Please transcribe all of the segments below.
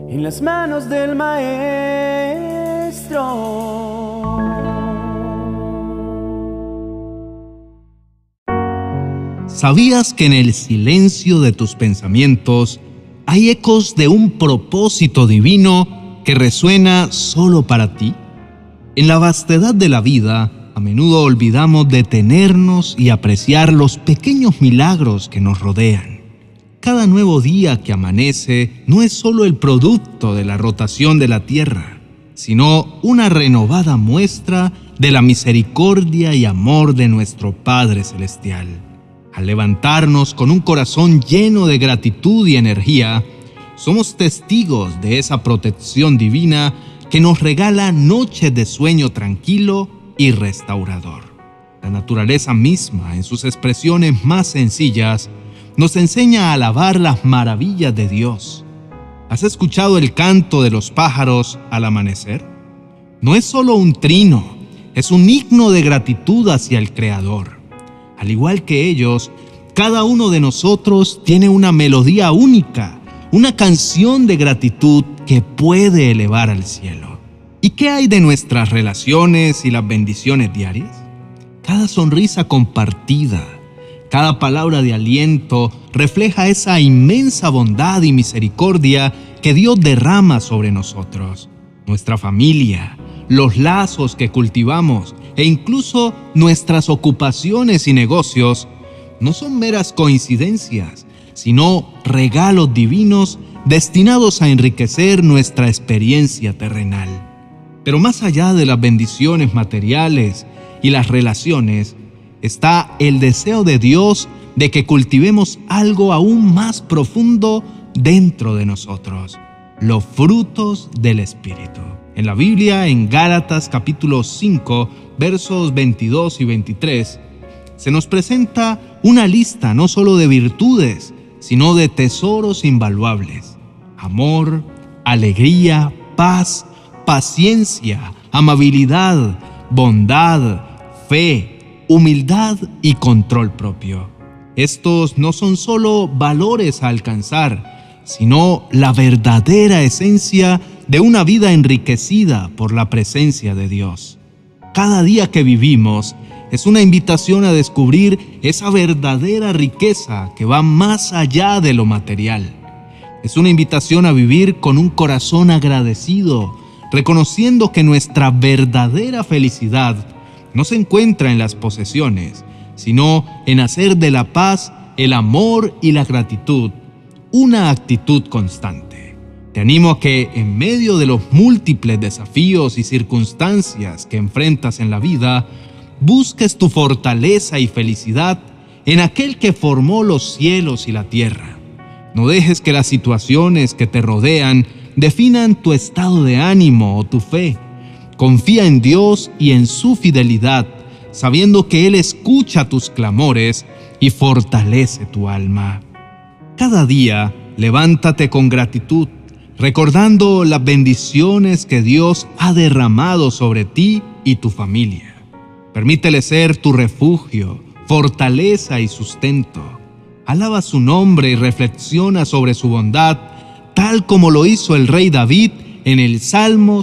en las manos del Maestro. ¿Sabías que en el silencio de tus pensamientos hay ecos de un propósito divino que resuena solo para ti? En la vastedad de la vida, a menudo olvidamos detenernos y apreciar los pequeños milagros que nos rodean. Cada nuevo día que amanece no es solo el producto de la rotación de la tierra, sino una renovada muestra de la misericordia y amor de nuestro Padre Celestial. Al levantarnos con un corazón lleno de gratitud y energía, somos testigos de esa protección divina que nos regala noches de sueño tranquilo y restaurador. La naturaleza misma, en sus expresiones más sencillas, nos enseña a alabar las maravillas de Dios. ¿Has escuchado el canto de los pájaros al amanecer? No es solo un trino, es un himno de gratitud hacia el Creador. Al igual que ellos, cada uno de nosotros tiene una melodía única, una canción de gratitud que puede elevar al cielo. ¿Y qué hay de nuestras relaciones y las bendiciones diarias? Cada sonrisa compartida, cada palabra de aliento refleja esa inmensa bondad y misericordia que Dios derrama sobre nosotros. Nuestra familia, los lazos que cultivamos e incluso nuestras ocupaciones y negocios no son meras coincidencias, sino regalos divinos destinados a enriquecer nuestra experiencia terrenal. Pero más allá de las bendiciones materiales y las relaciones, está el deseo de Dios de que cultivemos algo aún más profundo dentro de nosotros: los frutos del Espíritu. En la Biblia, en Gálatas capítulo 5, versos 22 y 23, se nos presenta una lista no solo de virtudes, sino de tesoros invaluables: amor, alegría, paz, paciencia, amabilidad, bondad, fe, humildad y control propio. Estos no son solo valores a alcanzar, sino la verdadera esencia de una vida enriquecida por la presencia de Dios. Cada día que vivimos es una invitación a descubrir esa verdadera riqueza que va más allá de lo material. Es una invitación a vivir con un corazón agradecido, reconociendo que nuestra verdadera felicidad no se encuentra en las posesiones, sino en hacer de la paz, el amor y la gratitud una actitud constante. Te animo a que, en medio de los múltiples desafíos y circunstancias que enfrentas en la vida, busques tu fortaleza y felicidad en aquel que formó los cielos y la tierra. No dejes que las situaciones que te rodean definan tu estado de ánimo o tu fe. Confía en Dios y en su fidelidad, sabiendo que Él escucha tus clamores y fortalece tu alma. Cada día, levántate con gratitud, recordando las bendiciones que Dios ha derramado sobre ti y tu familia. Permítele ser tu refugio, fortaleza y sustento. Alaba su nombre y reflexiona sobre su bondad, tal como lo hizo el rey David en el Salmo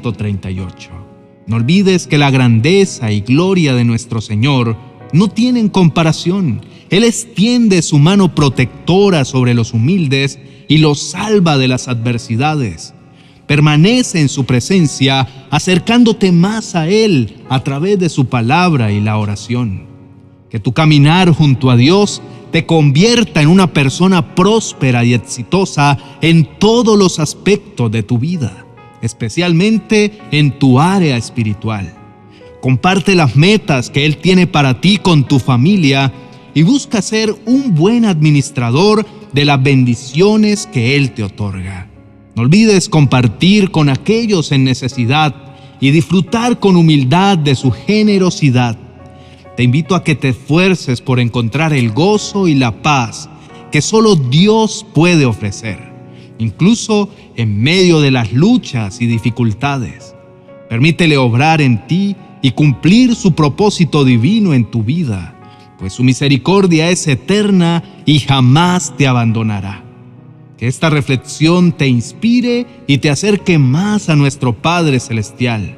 138. No olvides que la grandeza y gloria de nuestro Señor no tienen comparación. Él extiende su mano protectora sobre los humildes y los salva de las adversidades. Permanece en su presencia, acercándote más a Él a través de su palabra y la oración. Que tu caminar junto a Dios te convierta en una persona próspera y exitosa en todos los aspectos de tu vida, especialmente en tu área espiritual. Comparte las metas que Él tiene para ti con tu familia y busca ser un buen administrador de las bendiciones que Él te otorga. No olvides compartir con aquellos en necesidad y disfrutar con humildad de su generosidad. Te invito a que te esfuerces por encontrar el gozo y la paz que solo Dios puede ofrecer, incluso en medio de las luchas y dificultades. Permítele obrar en ti y cumplir su propósito divino en tu vida, pues su misericordia es eterna y jamás te abandonará. Que esta reflexión te inspire y te acerque más a nuestro Padre Celestial.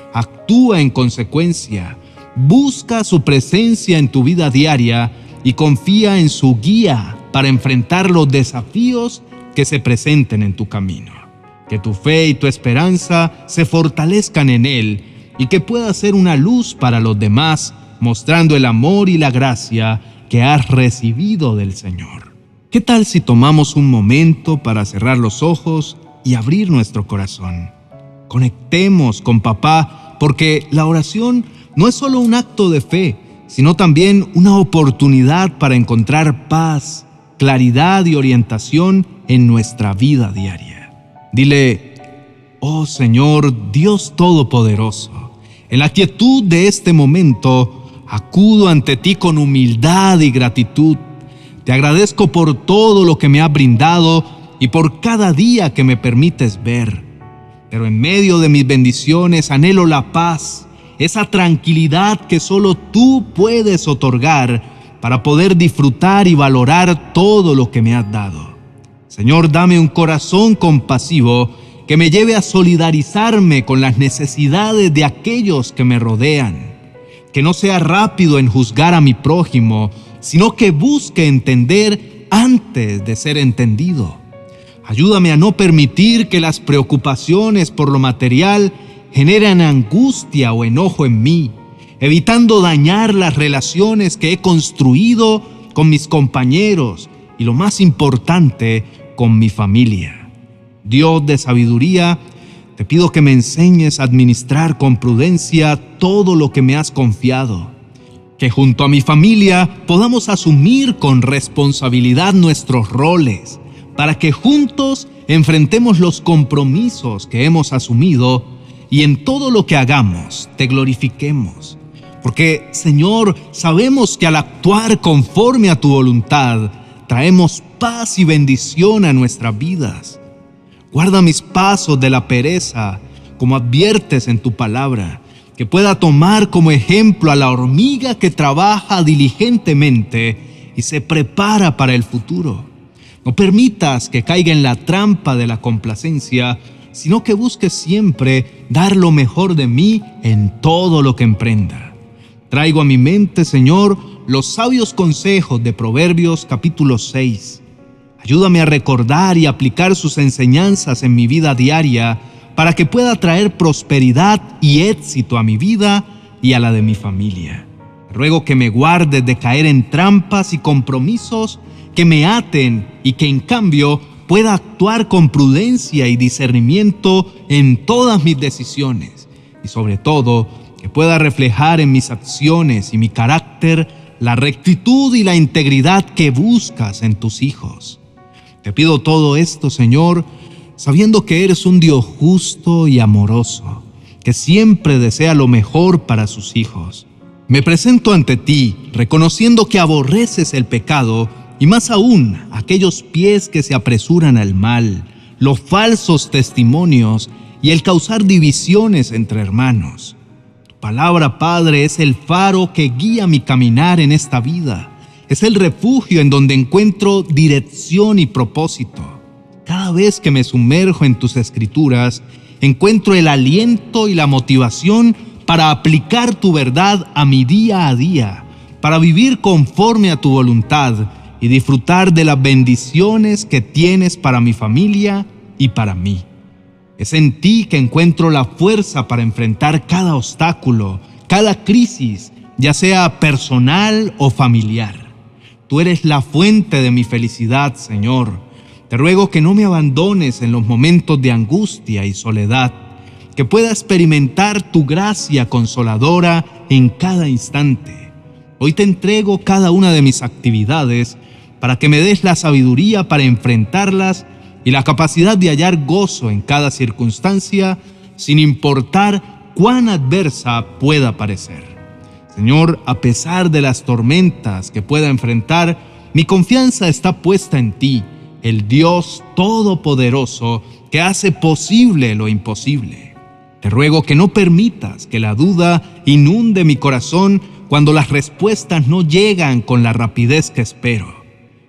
Actúa en consecuencia, busca su presencia en tu vida diaria y confía en su guía para enfrentar los desafíos que se presenten en tu camino. Que tu fe y tu esperanza se fortalezcan en Él y que puedas ser una luz para los demás, mostrando el amor y la gracia que has recibido del Señor. ¿Qué tal si tomamos un momento para cerrar los ojos y abrir nuestro corazón? Conectemos con Papá, porque la oración no es solo un acto de fe, sino también una oportunidad para encontrar paz, claridad y orientación en nuestra vida diaria. Dile: oh Señor Dios Todopoderoso, en la quietud de este momento acudo ante ti con humildad y gratitud. Te agradezco por todo lo que me has brindado y por cada día que me permites ver. Pero en medio de mis bendiciones anhelo la paz, esa tranquilidad que solo tú puedes otorgar para poder disfrutar y valorar todo lo que me has dado. Señor, dame un corazón compasivo que me lleve a solidarizarme con las necesidades de aquellos que me rodean. Que no sea rápido en juzgar a mi prójimo, sino que busque entender antes de ser entendido. Ayúdame a no permitir que las preocupaciones por lo material generen angustia o enojo en mí, evitando dañar las relaciones que he construido con mis compañeros y, lo más importante, con mi familia. Dios de sabiduría, te pido que me enseñes a administrar con prudencia todo lo que me has confiado. Que junto a mi familia podamos asumir con responsabilidad nuestros roles, para que juntos enfrentemos los compromisos que hemos asumido y en todo lo que hagamos te glorifiquemos. Porque, Señor, sabemos que al actuar conforme a tu voluntad, traemos paz y bendición a nuestras vidas. Guarda mis pasos de la pereza, como adviertes en tu palabra, que pueda tomar como ejemplo a la hormiga que trabaja diligentemente y se prepara para el futuro. No permitas que caiga en la trampa de la complacencia, sino que busque siempre dar lo mejor de mí en todo lo que emprenda. Traigo a mi mente, Señor, los sabios consejos de Proverbios capítulo 6. Ayúdame a recordar y aplicar sus enseñanzas en mi vida diaria, para que pueda traer prosperidad y éxito a mi vida y a la de mi familia. Te ruego que me guardes de caer en trampas y compromisos que me aten y que en cambio pueda actuar con prudencia y discernimiento en todas mis decisiones y sobre todo que pueda reflejar en mis acciones y mi carácter la rectitud y la integridad que buscas en tus hijos. Te pido todo esto, Señor, sabiendo que eres un Dios justo y amoroso, que siempre desea lo mejor para sus hijos. Me presento ante ti, reconociendo que aborreces el pecado y más aún aquellos pies que se apresuran al mal, los falsos testimonios y el causar divisiones entre hermanos. Tu palabra, Padre, es el faro que guía mi caminar en esta vida. Es el refugio en donde encuentro dirección y propósito. Cada vez que me sumerjo en tus escrituras, encuentro el aliento y la motivación para aplicar tu verdad a mi día a día, para vivir conforme a tu voluntad y disfrutar de las bendiciones que tienes para mi familia y para mí. Es en ti que encuentro la fuerza para enfrentar cada obstáculo, cada crisis, ya sea personal o familiar. Tú eres la fuente de mi felicidad, Señor. Te ruego que no me abandones en los momentos de angustia y soledad, que pueda experimentar tu gracia consoladora en cada instante. Hoy te entrego cada una de mis actividades para que me des la sabiduría para enfrentarlas y la capacidad de hallar gozo en cada circunstancia, sin importar cuán adversa pueda parecer. Señor, a pesar de las tormentas que pueda enfrentar, mi confianza está puesta en ti, el Dios Todopoderoso que hace posible lo imposible. Te ruego que no permitas que la duda inunde mi corazón cuando las respuestas no llegan con la rapidez que espero.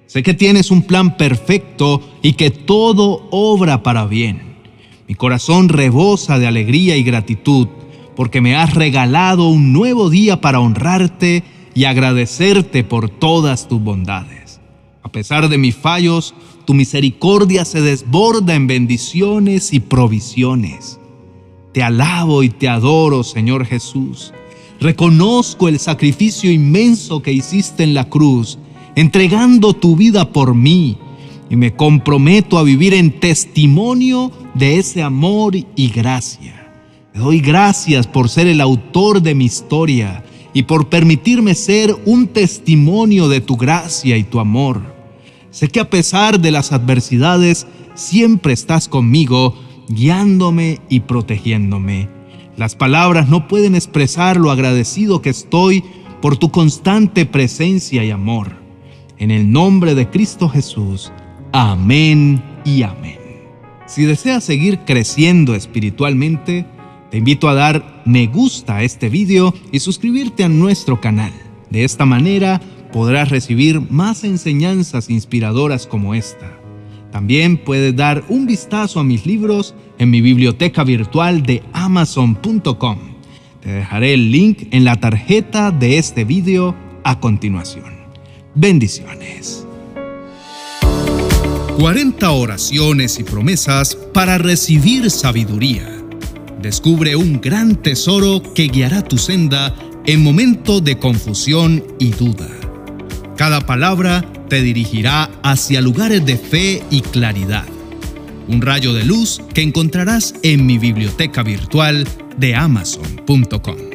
Sé que tienes un plan perfecto y que todo obra para bien. Mi corazón rebosa de alegría y gratitud porque me has regalado un nuevo día para honrarte y agradecerte por todas tus bondades. A pesar de mis fallos, tu misericordia se desborda en bendiciones y provisiones. Te alabo y te adoro, Señor Jesús. Reconozco el sacrificio inmenso que hiciste en la cruz, entregando tu vida por mí, y me comprometo a vivir en testimonio de ese amor y gracia. Te doy gracias por ser el autor de mi historia y por permitirme ser un testimonio de tu gracia y tu amor. Sé que a pesar de las adversidades, siempre estás conmigo, guiándome y protegiéndome. Las palabras no pueden expresar lo agradecido que estoy por tu constante presencia y amor. En el nombre de Cristo Jesús, amén y amén. Si deseas seguir creciendo espiritualmente, te invito a dar me gusta a este video y suscribirte a nuestro canal. De esta manera podrás recibir más enseñanzas inspiradoras como esta. También puedes dar un vistazo a mis libros en mi biblioteca virtual de Amazon.com. Te dejaré el link en la tarjeta de este video a continuación. Bendiciones. 40 oraciones y promesas para recibir sabiduría. Descubre un gran tesoro que guiará tu senda en momentos de confusión y duda. Cada palabra te dirigirá hacia lugares de fe y claridad. Un rayo de luz que encontrarás en mi biblioteca virtual de Amazon.com.